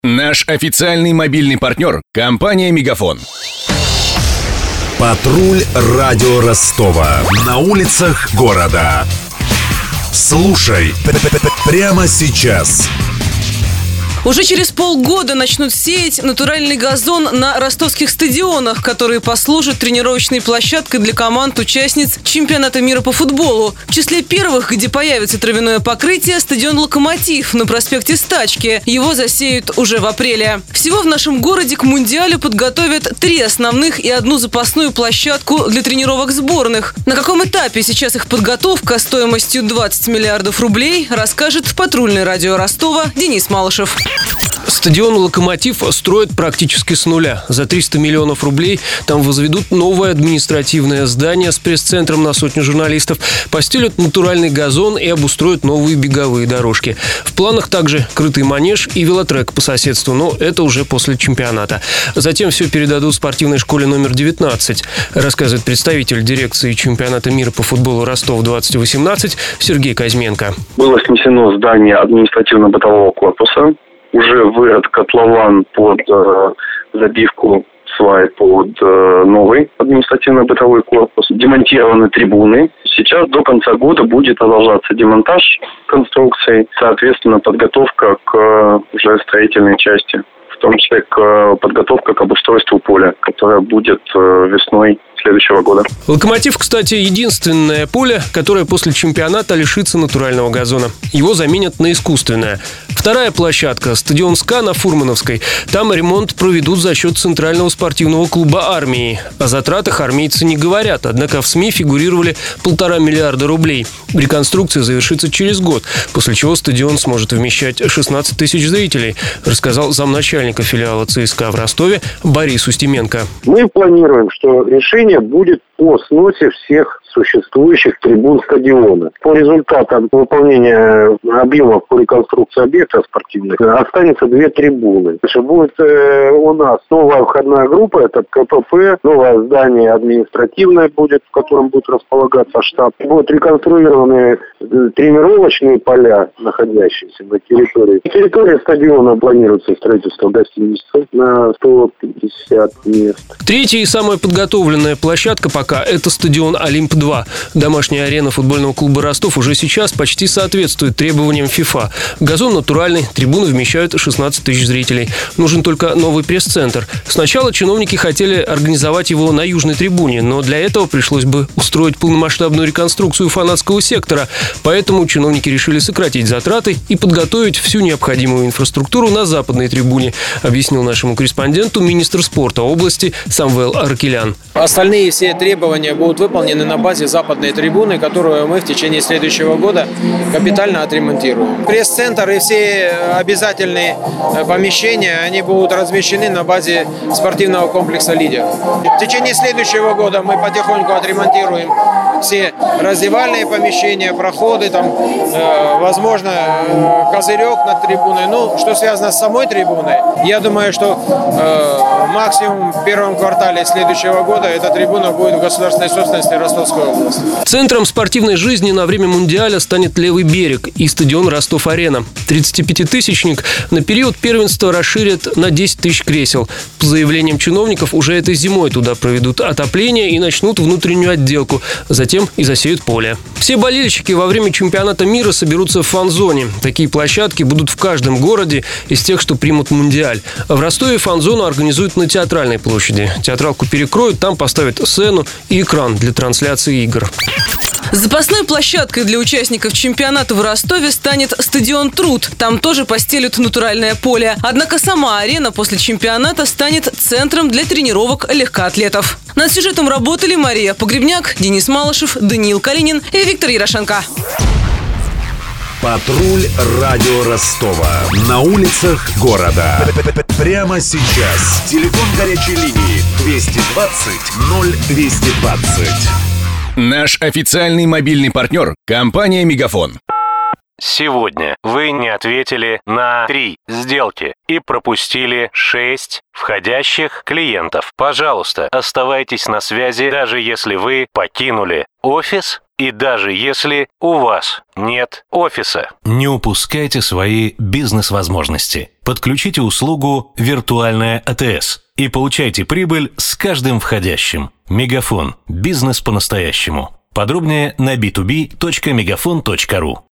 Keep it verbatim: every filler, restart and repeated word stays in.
Наш официальный мобильный партнер – компания «Мегафон». Патруль радио Ростова. На улицах города. Слушай прямо сейчас. Уже через полгода начнут сеять натуральный газон на ростовских стадионах, которые послужат тренировочной площадкой для команд-участниц чемпионата мира по футболу. В числе первых, где появится травяное покрытие, стадион «Локомотив» на проспекте Стачки. Его засеют уже в апреле. Всего в нашем городе к Мундиалю подготовят три основных и одну запасную площадку для тренировок сборных. На каком этапе сейчас их подготовка стоимостью двадцать миллиардов рублей, расскажет патрульное радио Ростова Денис Малышев. Стадион «Локомотив» строят практически с нуля. За триста миллионов рублей там возведут новое административное здание с пресс-центром на сотню журналистов, постелят натуральный газон и обустроят новые беговые дорожки. В планах также крытый манеж и велотрек по соседству, но это уже после чемпионата. Затем все передадут спортивной школе номер девятнадцать, рассказывает представитель дирекции чемпионата мира по футболу Ростов-двадцать восемнадцать Сергей Козьменко. Было снесено здание административно-бытового корпуса. Уже вырыт котлован под э, забивку свай под э, новый административно-бытовой корпус. Демонтированы трибуны. Сейчас до конца года будет продолжаться демонтаж конструкций, соответственно, подготовка к э, уже строительной части, в том числе к э, подготовка к обустройству поля, которое будет э, весной следующего года. «Локомотив», кстати, единственное поле, которое после чемпионата лишится натурального газона. Его заменят на искусственное. Вторая площадка – стадион «СКА» на Фурмановской. Там ремонт проведут за счет Центрального спортивного клуба армии. О затратах армейцы не говорят, однако в СМИ фигурировали полтора миллиарда рублей. Реконструкция завершится через год, после чего стадион сможет вмещать шестнадцать тысяч зрителей, рассказал замначальника филиала ЦСКА в Ростове Борис Устименко. Мы планируем, что решение будет по сносе всех существующих трибун стадиона. По результатам выполнения объемов по реконструкции объектов спортивных останется две трибуны. Будет э, у нас новая входная группа, это КПП, новое здание административное будет, в котором будет располагаться штаб. Будут реконструированы тренировочные поля, находящиеся на территории. На территории стадиона планируется строительство гостиницы на сто пятьдесят мест. Третья и самая подготовленная площадка пока – это стадион «Олимп-два». Домашняя арена футбольного клуба «Ростов» уже сейчас почти соответствует требованиям ФИФА. Газон натуральный, трибуны вмещают шестнадцать тысяч зрителей. Нужен только новый пресс-центр. Сначала чиновники хотели организовать его на южной трибуне, но для этого пришлось бы устроить полномасштабную реконструкцию фанатского сектора. Поэтому чиновники решили сократить затраты и подготовить всю необходимую инфраструктуру на западной трибуне, объяснил нашему корреспонденту министр спорта области Самвел Аракелян. Остальные все требования будут выполнены на базе западной трибуны, которую мы в течение следующего года капитально отремонтируем. Пресс-центр и все обязательные помещения, они будут размещены на базе спортивного комплекса «Лидер». В течение следующего года мы потихоньку отремонтируем все раздевальные помещения, проходы, там, э, возможно, э, козырек над трибуной. Ну, что связано с самой трибуной, я думаю, что э, максимум в первом квартале следующего года эта трибуна будет в государственной собственности Ростовской области. Центром спортивной жизни на время Мундиаля станет левый берег и стадион «Ростов-арена». тридцатипятитысячник на период первенства расширят на десять тысяч кресел. По заявлениям чиновников, уже этой зимой туда проведут отопление и начнут внутреннюю отделку. Затем и засеют поле. Все болельщики во время чемпионата мира соберутся в фан-зоне. Такие площадки будут в каждом городе из тех, что примут Мундиаль. В Ростове фан-зону организуют на Театральной площади. Театралку перекроют, там поставят сцену и экран для трансляции игр. Запасной площадкой для участников чемпионата в Ростове станет стадион «Труд». Там тоже постелют натуральное поле. Однако сама арена после чемпионата станет центром для тренировок легкоатлетов. Над сюжетом работали Мария Погребняк, Денис Малышев, Даниил Калинин и Виктор Ярошенко. Патруль радио Ростова. На улицах города. Прямо сейчас. Телефон горячей линии двести двадцать ноль двести двадцать. Наш официальный мобильный партнер – компания «Мегафон». Сегодня вы не ответили на три сделки и пропустили шесть входящих клиентов. Пожалуйста, оставайтесь на связи, даже если вы покинули офис и даже если у вас нет офиса. Не упускайте свои бизнес-возможности. Подключите услугу «Виртуальная АТС» и получайте прибыль с каждым входящим. Мегафон. Бизнес по-настоящему. Подробнее на би ту би точка мегафон точка ру.